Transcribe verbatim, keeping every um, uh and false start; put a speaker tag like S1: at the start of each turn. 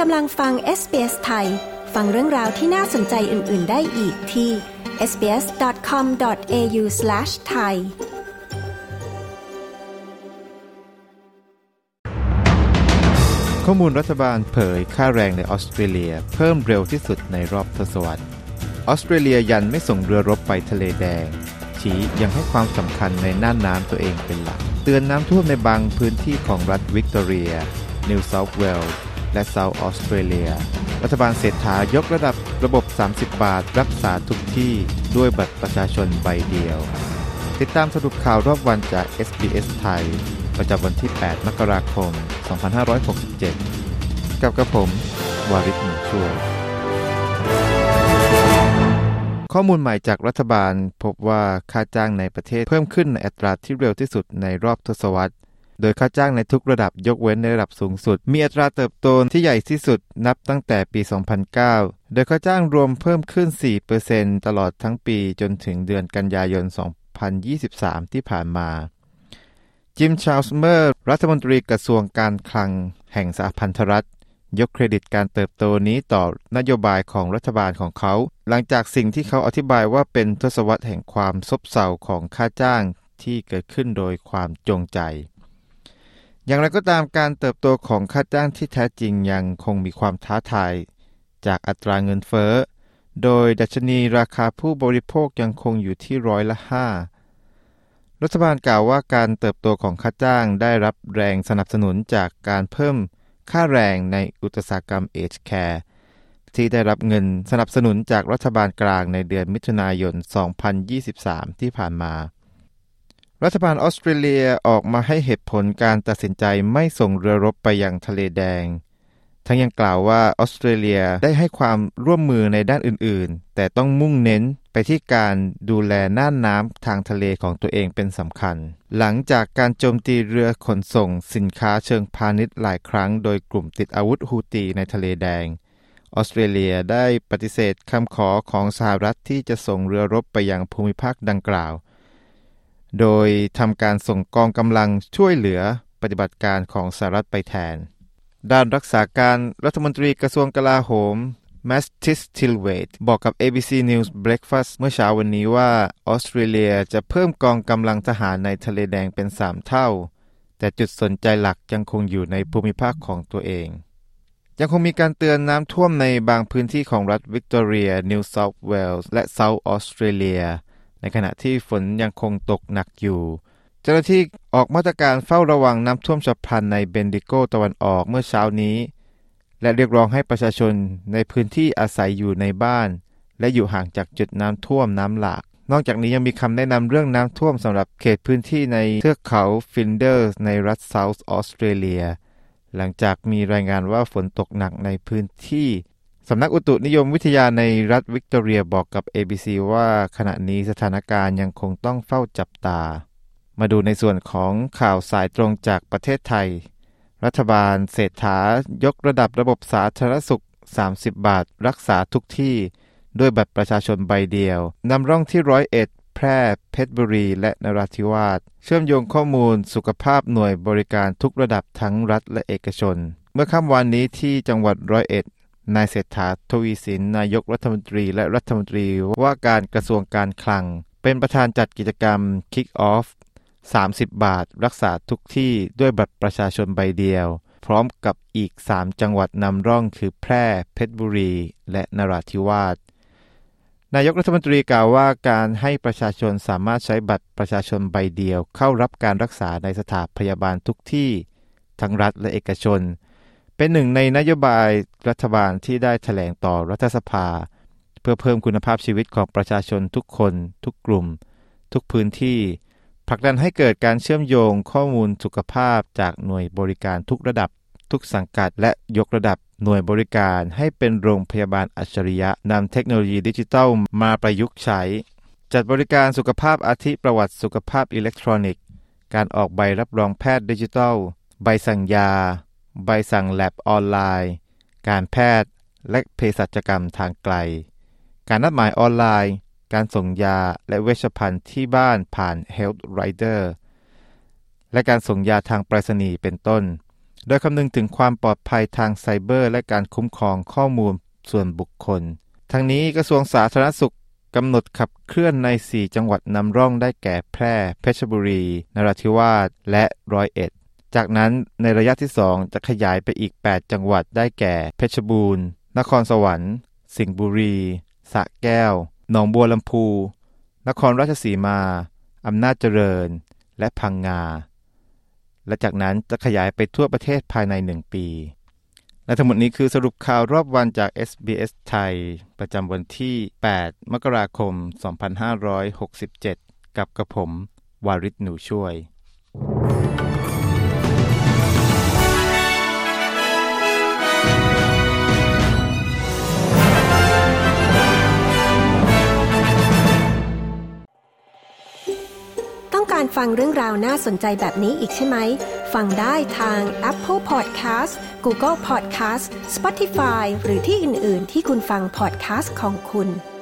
S1: กำลังฟัง เอส บี เอส ไทยฟังเรื่องราวที่น่าสนใจอื่นๆได้อีกที่ เอส บี เอส ดอท คอม ดอท เอ ยู สแลช ไทย
S2: ข้อมูลรัฐบาลเผยค่าแรงในออสเตรเลียเพิ่มเร็วที่สุดในรอบทศวรรษออสเตรเลียยันไม่ส่งเรือรบไปทะเลแดงชี้ยังให้ความสำคัญในน่านน้ำตัวเองเป็นหลักเตือนน้ำท่วมในบางพื้นที่ของรัฐวิกตอเรียนิวเซาท์เวลส์และเซาท์ออสเตรเลียรัฐบาลเศรษฐายกระดับระบบสามสิบบาทรักษาทุกที่ด้วยบัตรประชาชนใบเดียวติดตามสรุปข่าวรอบวันจาก เอส บี เอส ไทยประจำวันที่แปดมกราคมสองพันห้าร้อยหกสิบเจ็ดกับกระผมวาริศ หมู่ช่วยข้อมูลใหม่จากรัฐบาลพบว่าค่าจ้างในประเทศเพิ่มขึ้นในอัตราที่เร็วที่สุดในรอบทศวรรษโดยค่าจ้างในทุกระดับยกเว้นในระดับสูงสุดมีอัตราเติบโตที่ใหญ่ที่สุดนับตั้งแต่ปี สองพันเก้า โดยค่าจ้างรวมเพิ่มขึ้น สี่เปอร์เซ็นต์ ตลอดทั้งปีจนถึงเดือนกันยายน สองพันยี่สิบสาม ที่ผ่านมาจิม ชาลส์เมอร์รัฐมนตรีกระทรวงการคลังแห่งสหพันธรัฐยกเครดิตการเติบโตนี้ต่อนโยบายของรัฐบาลของเขาหลังจากสิ่งที่เขาอธิบายว่าเป็นทศวรรษแห่งความซบเซาของค่าจ้างที่เกิดขึ้นโดยความจงใจอย่างไรก็ตามการเติบโตของค่าจ้างที่แท้จริงยังคงมีความท้าทายจากอัตราเงินเฟ้อโดยดัชนีราคาผู้บริโภคยังคงอยู่ที่ร้อยละห้ารัฐบาลกล่าวว่าการเติบโตของค่าจ้างได้รับแรงสนับสนุนจากการเพิ่มค่าแรงในอุตสาหกรรม Aged Care ที่ได้รับเงินสนับสนุนจากรัฐบาลกลางในเดือนมิถุนายน สองพันยี่สิบสาม ที่ผ่านมารัฐบาลออสเตรเลียออกมาให้เหตุผลการตัดสินใจไม่ส่งเรือรบไปยังทะเลแดงทั้งยังกล่าวว่าออสเตรเลียได้ให้ความร่วมมือในด้านอื่นๆแต่ต้องมุ่งเน้นไปที่การดูแลน่านน้ำทางทะเลของตัวเองเป็นสำคัญหลังจากการโจมตีเรือขนส่งสินค้าเชิงพาณิชย์หลายครั้งโดยกลุ่มติดอาวุธฮูตีในทะเลแดงออสเตรเลียได้ปฏิเสธคำขอของสหรัฐที่จะส่งเรือรบไปยังภูมิภาคดังกล่าวโดยทำการส่งกองกำลังช่วยเหลือปฏิบัติการของสหรัฐไปแทนด้านรักษาการรัฐมนตรีกระทรวงกลาโหมแมทธิส ทิลเวตบอกกับ เอ บี ซี News Breakfast เมื่อเช้าวันนี้ว่าออสเตรเลียจะเพิ่มกองกำลังทหารในทะเลแดงเป็นสามเท่าแต่จุดสนใจหลักยังคงอยู่ในภูมิภาคของตัวเองยังคงมีการเตือนน้ำท่วมในบางพื้นที่ของรัฐวิกตอเรียนิวเซาท์เวลส์และเซาท์ออสเตรเลียในขณะที่ฝนยังคงตกหนักอยู่เจ้าหน้าที่ออกมาตรการเฝ้าระวังน้ำท่วมฉับพลันในเบนดิโกตะวันออกเมื่อเช้านี้และเรียกร้องให้ประชาชนในพื้นที่อาศัยอยู่ในบ้านและอยู่ห่างจากจุดน้ำท่วมน้ำหลากนอกจากนี้ยังมีคำแนะนำเรื่องน้ำท่วมสำหรับเขตพื้นที่ในเทือกเขาฟินเดอร์ในรัฐเซาท์ออสเตรเลียหลังจากมีรายงานว่าฝนตกหนักในพื้นที่สำนักอุตุนิยมวิทยาในรัฐวิกตอเรียบอกกับ เอ บี ซี ว่าขณะนี้สถานการณ์ยังคงต้องเฝ้าจับตามาดูในส่วนของข่าวสายตรงจากประเทศไทยรัฐบาลเศรษฐายกระดับระบบสาธารณสุขสามสิบบาทรักษาทุกที่ด้วยบัตรประชาชนใบเดียวนำร่องที่ร้อยเอ็ดแพร่เพชรบุรีและนราธิวาสเชื่อมโยงข้อมูลสุขภาพหน่วยบริการทุกระดับทั้งรัฐและเอกชนเมื่อค่ำวันนี้ที่จังหวัดร้อยเอ็ดนายเศรษฐาทวีสินนายกรัฐมนตรีและรัฐมนตรีว่าการกระทรวงการคลังเป็นประธานจัดกิจกรรม Kick Off สามสิบบาทรักษาทุกที่ด้วยบัตรประชาชนใบเดียวพร้อมกับอีกสามจังหวัดนำร่องคือแพร่เพชรบุรีและนราธิวาสนายกรัฐมนตรีกล่าวว่าการให้ประชาชนสามารถใช้บัตรประชาชนใบเดียวเข้ารับการรักษาในสถานพยาบาลทุกที่ทั้งรัฐและเอกชนเป็นหนึ่งในนโยบายรัฐบาลที่ได้แถลงต่อรัฐสภาเพื่อเพิ่มคุณภาพชีวิตของประชาชนทุกคนทุกกลุ่มทุกพื้นที่ผลักดันให้เกิดการเชื่อมโยงข้อมูลสุขภาพจากหน่วยบริการทุกระดับทุกสังกัดและยกระดับหน่วยบริการให้เป็นโรงพยาบาลอัจฉริยะนำเทคโนโลยีดิจิทัลมาประยุกต์ใช้จัดบริการสุขภาพอาทิประวัติสุขภาพอิเล็กทรอนิกส์การออกใบรับรองแพทย์ดิจิทัลใบสั่งยาใบสั่งแลบออนไลน์การแพทย์และเภสัชกรรมทางไกลการนัดหมายออนไลน์การส่งยาและเวชภัณฑ์ที่บ้านผ่าน Health Rider และการส่งยาทางไปรษณีย์เป็นต้นโดยคำนึงถึงความปลอดภัยทางไซเบอร์และการคุ้มครองข้อมูลส่วนบุคคลทั้งนี้กระทรวงสาธารณสุขกำหนดขับเคลื่อนในสี่จังหวัดนำร่องได้แก่แพร่เพชรบุรีนราธิวาสและร้อยเอ็ดจากนั้นในระยะที่สองจะขยายไปอีกแปดจังหวัดได้แก่เพชรบูรณ์นครสวรรค์สิงห์บุรีสระแก้วหนองบัวลำพูนครราชสีมาอำนาจเจริญและพังงาและจากนั้นจะขยายไปทั่วประเทศภายในหนึ่งปีและทั้งหมดนี้คือสรุปข่าวรอบวันจาก เอส บี เอส ไทยประจำวันที่แปดมกราคมสองพันห้าร้อยหกสิบเจ็ดกับกระผมวาริศหนูช่วย
S1: ต้องการฟังเรื่องราวน่าสนใจแบบนี้อีกใช่ไหมฟังได้ทาง Apple Podcast Google Podcast Spotify หรือที่อื่นๆที่คุณฟัง podcast ของคุณ